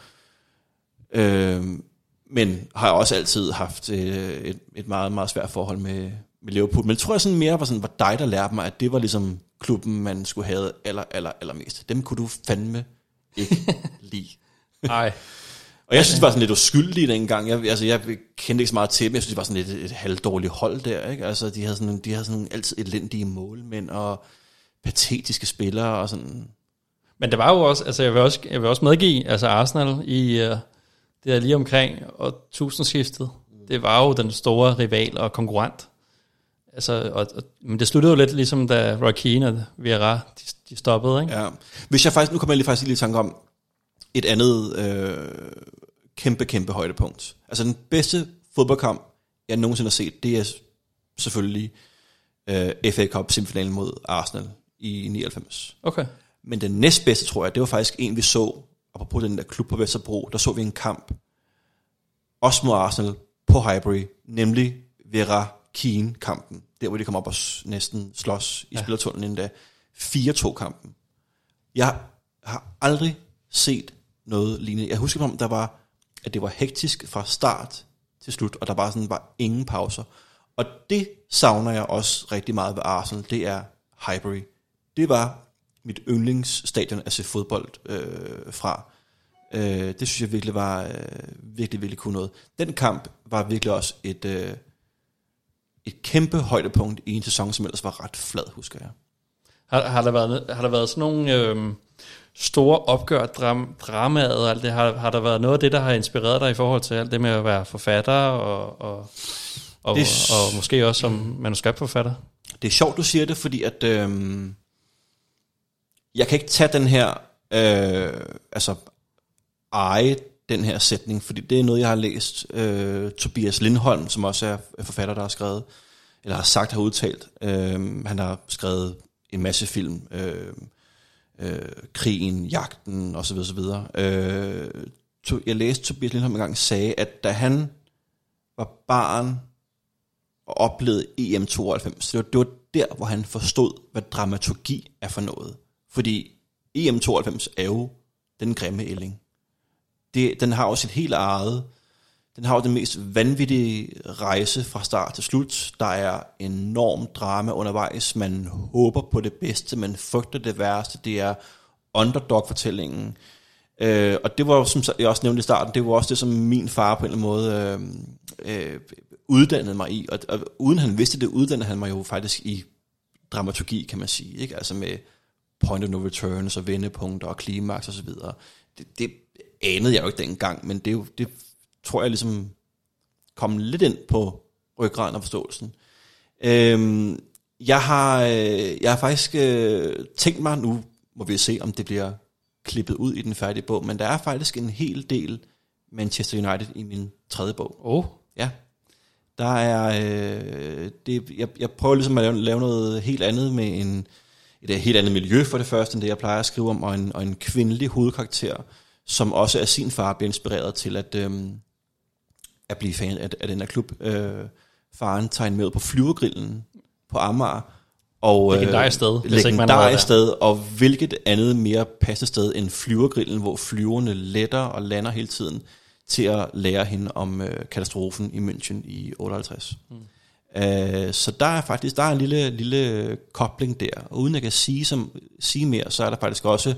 men har også altid haft et meget, meget svært forhold med Liverpool. Men jeg tror, jeg sådan mere var dig, der lærte mig, at det var ligesom klubben, man skulle have allermest. Dem kunne du fandme ikke lide. Nej. Og jeg synes, det var sådan lidt uskyldigt dengang. Jeg kendte ikke så meget til dem. Jeg synes, det var sådan et halvdårligt hold der. Ikke? Altså, de havde sådan altid elendige målmænd og patetiske spillere og sådan. Men det var jo også, altså jeg vil også medgive, altså Arsenal i det er lige omkring årtusindskiftet. Det var jo den store rival og konkurrent. Altså, men det sluttede jo lidt ligesom da Roy Keane og Vieira, de stoppede, ikke? Ja. Hvis jeg faktisk, nu kommer jeg faktisk lige i tanke om et andet kæmpe højdepunkt. Altså den bedste fodboldkamp, jeg nogensinde har set, det er selvfølgelig FA Cup semifinalen mod Arsenal i 99. Okay. Men den næstbedste, tror jeg, det var faktisk en, vi så, apropos den der klub på Vesterbro, der så vi en kamp, også mod Arsenal på Highbury, nemlig Vieira-Keane-kampen, der hvor de kom op og næsten slås i spillertunnelen endda. 4-2-kampen. Jeg har aldrig set noget lignende. Jeg husker, at det var hektisk fra start til slut, og der bare sådan var ingen pauser. Og det savner jeg også rigtig meget ved Arsenal, det er Highbury. Det var mit yndlingsstadion at se fodbold fra. Det synes jeg virkelig var virkelig cool noget. Den kamp var virkelig også et kæmpe højdepunkt i en sæson, som ellers var ret flad, husker jeg. Har der været sådan nogle store opgør, dramaet og alt det? Har der været noget af det, der har inspireret dig i forhold til alt det med at være forfatter og måske også som manuskriptforfatter? Det er sjovt, du siger det, fordi at jeg kan ikke tage den her eje den her sætning, fordi det er noget, jeg har læst Tobias Lindholm, som også er forfatter, der har skrevet, eller har sagt, har udtalt. Han har skrevet en masse film, Krigen, Jagten, osv. Jeg læste Tobias Lindholm en gang sagde, at da han var barn og oplevede EM92, det var der, hvor han forstod, hvad dramaturgi er for noget. Fordi EM92 er jo den grimme ælling. Den har jo sit helt eget. Den har jo den mest vanvittige rejse fra start til slut. Der er enorm drama undervejs. Man håber på det bedste, man frygter det værste. Det er underdog-fortællingen. Og det var jo, som jeg også nævnte i starten, det var også det, som min far på en eller anden måde uddannede mig i. Og uden han vidste det, uddannede han mig jo faktisk i dramaturgi, kan man sige. Ikke? Altså med point of no return, og vendepunkter og klimaks og så videre. Det anede jeg jo ikke dengang, men det tror jeg ligesom kom lidt ind på ryggraden og forståelsen. Jeg har faktisk tænkt mig, nu må vi se, om det bliver klippet ud i den færdige bog, men der er faktisk en hel del Manchester United i min tredje bog. Ja. Der er jeg prøver ligesom at lave noget helt andet med et helt andet miljø for det første, end det jeg plejer at skrive om, og en kvindelig hovedkarakter, som også af sin far bliver inspireret til at blive fan af den her klub. Faren tager en med på Flyvergrillen på Amager. Og legendarisk sted, og hvilket andet mere passende sted end Flyvergrillen, hvor flyverne letter og lander hele tiden, til at lære hende om katastrofen i München i 58. Så der er en lille kobling der. Og uden at jeg kan sige mere, så er der faktisk også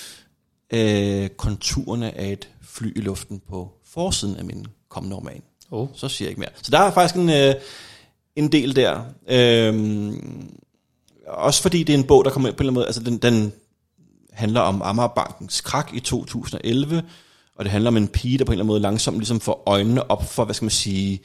konturerne af et fly i luften på forsiden af min kommende roman. Så siger jeg ikke mere. Så der er faktisk en del der. Også fordi det er en bog, der kommer ind på en eller anden måde, altså den handler om Amagerbankens krak i 2011, og det handler om en pige, der på en eller anden måde langsomt ligesom får øjnene op for, hvad skal man sige,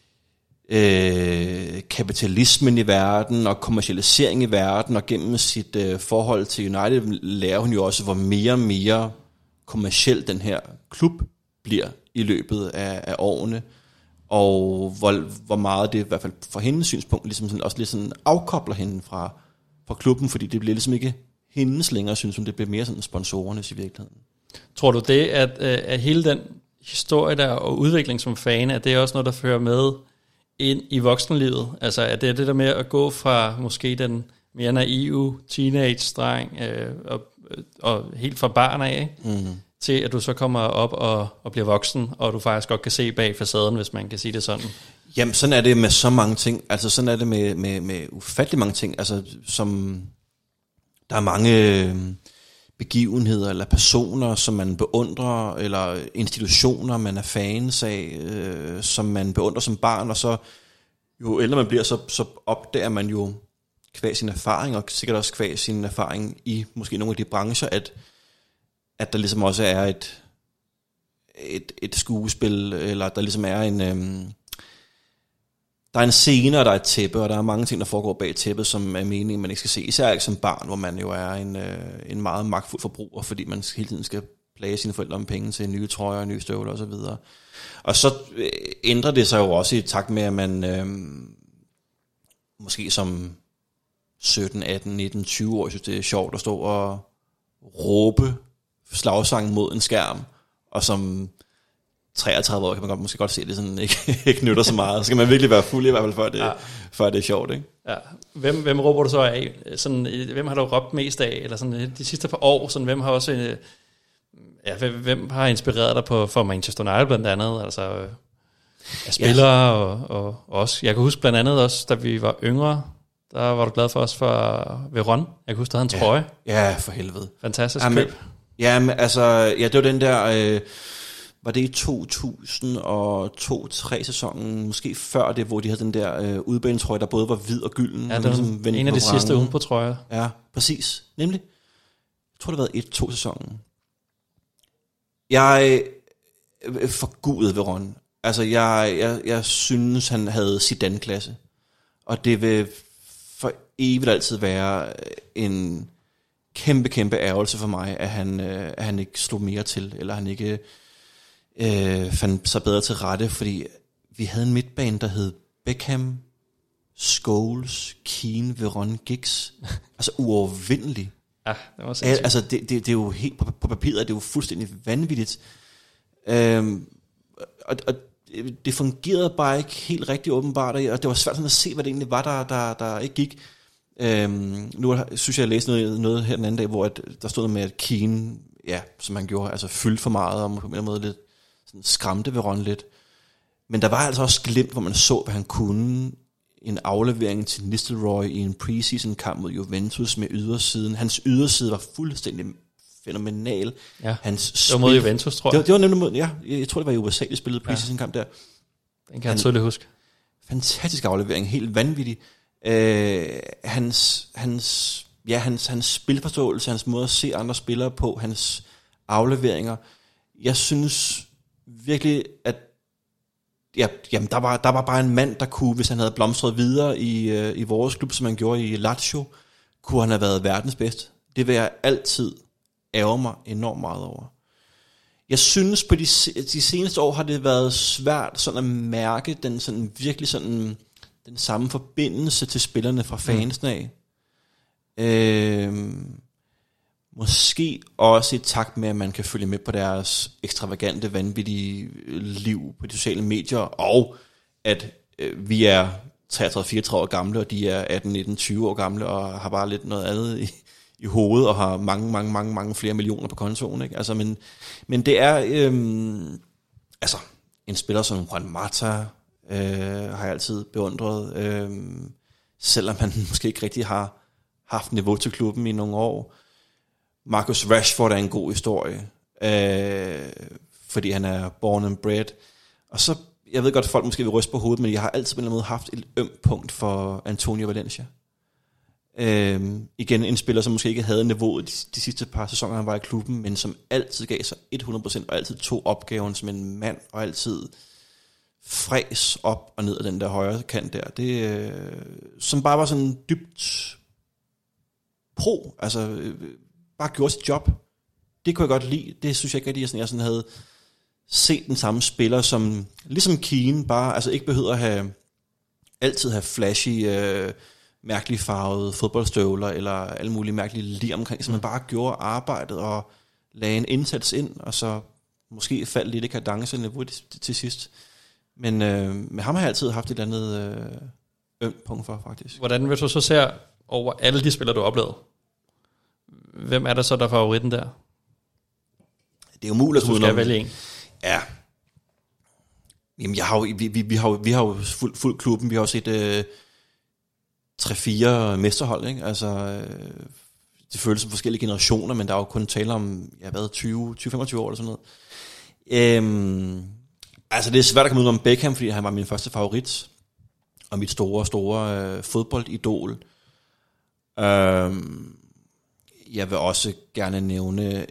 kapitalismen i verden og kommercialisering i verden, og gennem sit forhold til United lærer hun jo også, hvor mere og mere kommerciel den her klub bliver i løbet af årene, og hvor meget det i hvert fald fra hendes synspunkt ligesom sådan, også lidt sådan afkobler hende fra klubben, fordi det bliver ligesom ikke hendes længere, synes hun, det bliver mere sådan sponsorernes i virkeligheden. Tror du det, at hele den historie der og udvikling som fan, at det er også noget, der fører med ind i voksenlivet? Altså at det er det der med at gå fra måske den mere naive teenage-dreng og helt fra barn af, til at du så kommer op og bliver voksen, og du faktisk godt kan se bag facaden, hvis man kan sige det sådan. Jamen, sådan er det med så mange ting. Altså, sådan er det med ufattelig mange ting. Altså, som Der er mange begivenheder eller personer, som man beundrer, eller institutioner, man er fans af, som man beundrer som barn, og så jo ældre man bliver, så opdager man jo kvæg sin erfaring, og sikkert også kvæg sin erfaring i måske nogle af de brancher, at der ligesom også er et skuespil, eller der ligesom er der er en scene, og der er et tæppe, og der er mange ting, der foregår bag tæppet, som er meningen, man ikke skal se. Især ikke som barn, hvor man jo er en meget magtfuld forbruger, fordi man hele tiden skal plage sine forældre om penge til nye trøjer, nye støvler osv. Og så ændrer det sig jo også i takt med, at man måske som 17, 18, 19, 20 år synes, det er sjovt at stå og råbe slagsangen mod en skærm, og som 33 år kan man måske godt se, at det sådan ikke nytter så meget. Så skal man virkelig være fuld i hvert fald, før det er sjovt, ikke? Ja. Hvem råber du så af? Sådan, hvem har du råbt mest af? Eller sådan, de sidste par år, sådan, hvem har også... hvem har inspireret dig for Manchester United blandt andet? Altså, spillere og også... Jeg kan huske blandt andet også, da vi var yngre, der var du glad for os for Veron. Jeg kan huske, der havde en trøje. Ja, for helvede. Fantastisk køb. Jamen, altså... det var den der... var det i 2002-3 sæsonen, måske før det, hvor de havde den der udbanetrøje, der både var hvid og gylden. Ja, det var ligesom en af de sidste ugen på trøjer. Ja, præcis. Nemlig. Jeg tror, det var 1-2 sæsonen. Jeg forgudede Veron. Altså, jeg synes, han havde Zidane-klasse. Og det vil for evigt altid være en kæmpe ærgelse for mig, at han ikke slog mere til, eller han ikke... fandt sig bedre til rette, fordi vi havde en midtbane, der hed Beckham, Scholes, Keane, Veron, Giggs. Altså uovervindelig. Ja, det var sindssygt. Altså det er jo helt på papiret, det er jo fuldstændig vanvittigt. Og det fungerede bare ikke helt rigtig åbenbart, og det var svært sådan at se, hvad det egentlig var, der ikke gik. Nu synes jeg læste noget her den anden dag, hvor der stod med, at Keane, ja, som han gjorde, altså fyldte for meget, og på en måde lidt skræmte Veron lidt. Men der var altså også glimt, hvor man så, hvad han kunne. En aflevering til Nistelrooy i en preseason kamp mod Juventus med ydersiden. Hans yderside var fuldstændig fænomenal. Ja, hans det var mod Juventus, tror jeg. Det var nemlig mod, ja, jeg tror det var i USA, de spillede preseason kamp der. Den kan jeg tydeligt huske. Fantastisk aflevering, helt vanvittig. Hans spilforståelse, hans måde at se andre spillere på, hans afleveringer. Jeg synes virkelig, at jamen, der var bare en mand, der kunne, hvis han havde blomstret videre i vores klub, som han gjorde i Lazio, kunne han have været verdens bedste. Det vil jeg altid ærge mig enormt meget over. Jeg synes, på de seneste år har det været svært sådan at mærke den sådan virkelig sådan den samme forbindelse til spillerne fra fansene af. Måske også i takt med, at man kan følge med på deres ekstravagante, vanvittige liv på de sociale medier, og at vi er 33-34 år gamle, og de er 18, 19, 20 år gamle, og har bare lidt noget andet i hovedet, og har mange flere millioner på kontoen. Ikke? Altså, men det er altså en spiller som Juan Mata har jeg altid beundret, selvom han måske ikke rigtig har haft niveau til klubben i nogle år. Marcus Rashford er en god historie, fordi han er born and bred. Og så, jeg ved godt, at folk måske vil ryste på hovedet, men jeg har altid på en eller anden måde haft et ømt punkt for Antonio Valencia. Igen en spiller, som måske ikke havde niveauet de sidste par sæsoner, han var i klubben, men som altid gav sig 100%, og altid tog opgaven som en mand, og altid fræs op og ned af den der højre kant der. Det, som bare var sådan dybt pro, altså bare gjorde sit job. Det kunne jeg godt lide. Det synes jeg ikke rigtig, at jeg sådan havde set den samme spiller, som ligesom Keane, bare altså ikke behøver at altid have flashy, mærkeligt farvede fodboldstøvler, eller alle mulige mærkelige lig omkring, så man bare gjorde arbejdet og lagde en indsats ind, og så måske faldt lidt i kadence-niveau til sidst. Men med ham har jeg altid haft et eller andet ømt punkt for, faktisk. Hvordan vil du så se over alle de spillere, du har oplevet? Hvem er der så, der er favoritten der? Det er umuligt at du skal vælge en. Ja. Jamen, vi har jo fuldt klubben. Vi har jo set 3-4 mesterhold, ikke? Altså, det føles som forskellige generationer, men der er jo kun tale om, 20-25 år eller sådan noget. Altså det er svært at komme ud om Beckham, fordi han var min første favorit, og mit store fodboldidol. Jeg vil også gerne nævne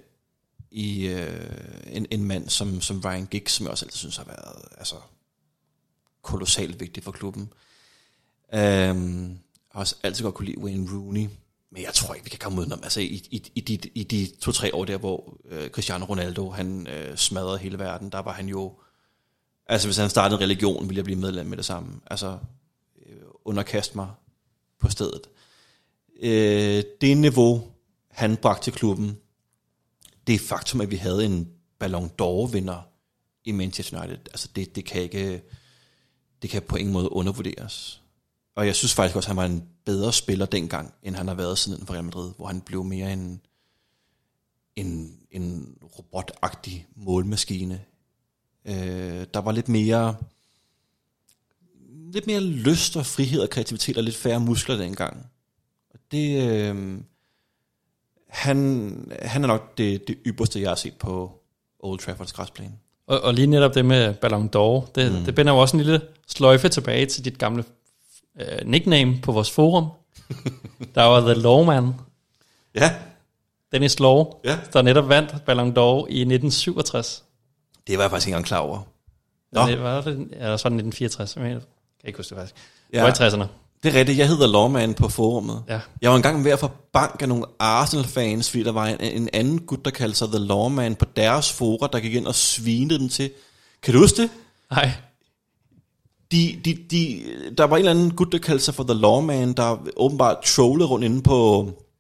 en mand som Ryan Giggs, som jeg også altid synes har været kolossalt vigtig for klubben. Jeg har også altid godt kunne lide Wayne Rooney, men jeg tror ikke, vi kan komme udenom. Altså i de 2-3 år der, hvor Cristiano Ronaldo, han smadrede hele verden, der var han jo, altså hvis han startede en religion, ville jeg blive medlem med det samme. Altså underkaste mig på stedet. Det niveau, han bragte til klubben, det er faktum, at vi havde en Ballon d'Or-vinder i Manchester United. Altså det kan på ingen måde undervurderes. Og jeg synes faktisk også, at han var en bedre spiller dengang, end han har været siden for Real Madrid, hvor han blev mere en robotagtig målmaskine. Der var lidt mere lyst og frihed og kreativitet og lidt færre muskler dengang. Det, han er nok det ypperste, jeg har set på Old Traffords græsplæne. Og lige netop det med Ballon d'Or, det binder jo også en lille sløjfe tilbage til dit gamle nickname på vores forum. Der var The Lawman. Ja. Dennis Law, ja, der netop vandt Ballon d'Or i 1967. Det var jeg faktisk ikke engang klar over. Ja, det var det, eller så 1964, jeg kan ikke huske det faktisk. Ja. Det var i 60'erne. Det er rigtigt, jeg hedder Lawman på forummet. Ja. Jeg var engang ved at få bank af nogle Arsenal-fans, fordi der var en anden gut, der kaldte sig The Lawman på deres fora, der gik ind og svinede dem til. Kan du huske det? Nej. Der var en eller anden gut, der kaldte sig for The Lawman, der åbenbart trollede rundt inde på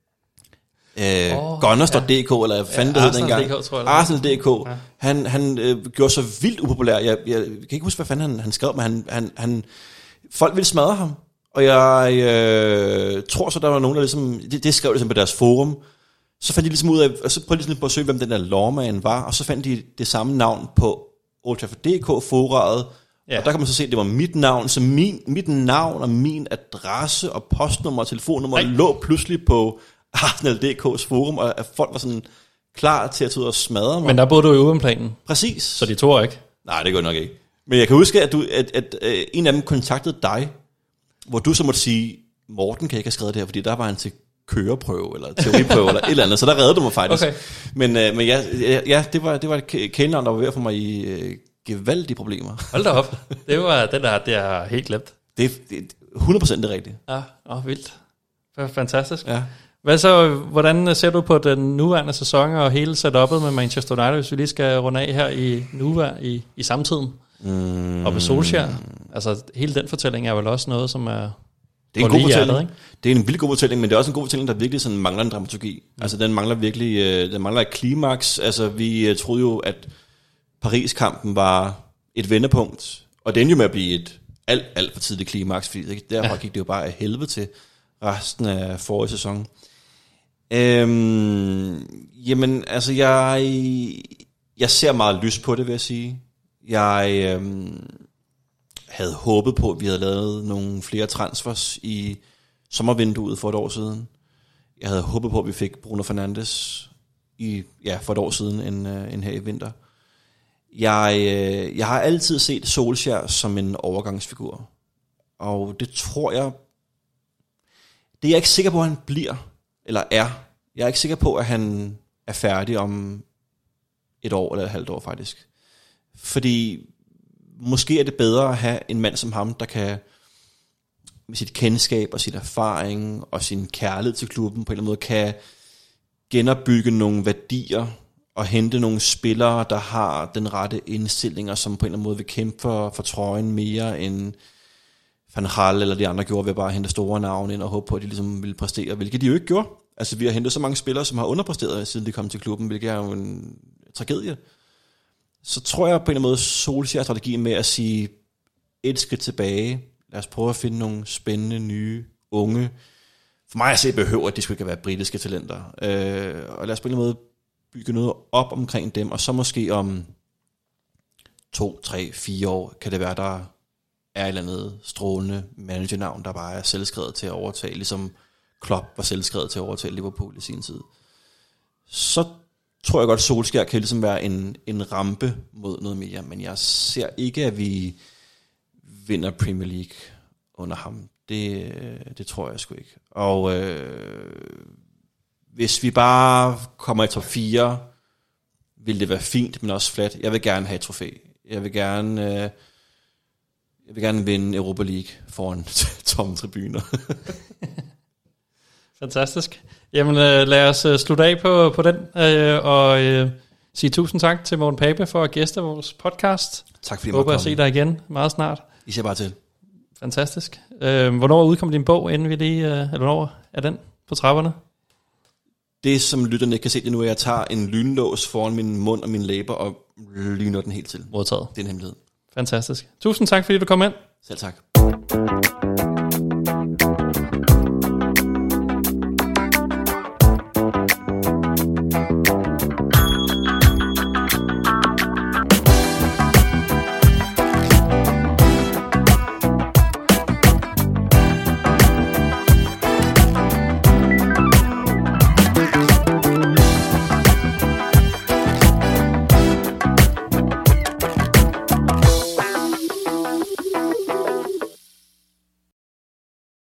Gunners.dk, eller hvad fanden det hed dengang. Arsenal.dk. Ja. Han gjorde så vildt upopulær. Jeg kan ikke huske, hvad fanden han skrev, men han folk ville smadre ham. Og jeg tror så, der var nogen, der ligesom, det skrev ligesom på deres forum, så fandt de ligesom ud af, og så prøvede de ligesom på at søge, hvem den der Lawman var, og så fandt de det samme navn på Old Trafford.dk-foraret, ja. Og der kan man så se, at det var mit navn, så mit navn og min adresse og postnummer og telefonnummer lå pludselig på Arsenal.dk's forum, og at folk var sådan klar til at tage ud og smadre mig. Men der boede du i udenplanen. Præcis. Så de tog ikke? Nej, det gør nok ikke. Men jeg kan huske, at en af dem kontaktede dig, hvor du så måtte sige, Morten kan ikke have skrevet det her, fordi der var han til køreprøve, eller teoriprøve, eller et eller andet, så der reddede du mig faktisk. Okay. Men ja, det var et kælenavn, der var ved at få mig i gevaldige problemer. Hold da op. Det var den der, det er helt glemt. Det er 100% det rigtige. Ja, vildt. Fantastisk. Ja. Hvad så, hvordan ser du på den nuværende sæson og hele setupet med Manchester United, hvis vi lige skal runde af her i samtiden? Og med Solskjaer? Altså hele den fortælling er vel også noget, som er... Det er en god fortælling, ikke? Det er en vildt god fortælling, men det er også en god fortælling, der virkelig sådan mangler en dramaturgi. Altså den mangler virkelig, den mangler et klimaks. Altså vi troede jo, at Paris-kampen var et vendepunkt, og det endte jo med at blive et alt for tidligt klimaks, fordi derfra gik det jo bare af helvede til resten af forrige sæson. Jamen, altså jeg ser meget lys på det, vil jeg sige. Jeg havde håbet på, at vi havde lavet nogle flere transfers i sommervinduet for et år siden. Jeg havde håbet på, at vi fik Bruno Fernandes for et år siden end her i vinter. Jeg har altid set Solskjaer som en overgangsfigur. Og det tror jeg... Det er jeg ikke sikker på, at han bliver, eller er. Jeg er ikke sikker på, at han er færdig om et år eller et halvt år faktisk. Fordi måske er det bedre at have en mand som ham, der kan med sit kendskab og sin erfaring og sin kærlighed til klubben på en eller anden måde kan genopbygge nogle værdier og hente nogle spillere, der har den rette indstilling og som på en eller anden måde vil kæmpe for trøjen mere end Van Gaal eller de andre gjorde ved bare at hente store navne ind og håbe på, at de ligesom ville præstere, hvilket de jo ikke gjorde. Altså vi har hentet så mange spillere, som har underpræsteret, siden de kom til klubben, hvilket er jo en tragedie. Så tror jeg på en eller anden måde Solskjaer-strategien med at sige et skridt tilbage. Lad os prøve at finde nogle spændende, nye, unge. For mig at se behøver, at de skulle ikke være britiske talenter. Og lad os på en eller anden måde bygge noget op omkring dem, og så måske om 2, 3, 4 år kan det være, der er et eller andet strålende managernavn, der bare er selvskrevet til at overtage, ligesom Klopp var selvskrevet til at overtale Liverpool i sin tid. Så tror jeg godt, at Solskjær kan ligesom være en rampe mod noget mere, men jeg ser ikke, at vi vinder Premier League under ham. Det tror jeg sgu ikke. Og hvis vi bare kommer i top 4, vil det være fint, men også flat. Jeg vil gerne have et trofæ. Jeg vil gerne vinde Europa League foran tomme tribuner. Fantastisk. Jamen lad os slutte af på den, og sige tusind tak til Morten Pape for at gæste vores podcast. Tak fordi jeg håber at se dig igen meget snart. I ser bare til. Fantastisk. Hvornår udkommer din bog, inden vi lige, eller hvornår er den på trapperne? Det, som lytterne ikke kan se det nu, er, at jeg tager en lynlås foran min mund og min læber og lyner den helt til. Modtaget. Det er en hemmelighed. Fantastisk. Tusind tak, fordi du kom ind. Selv tak.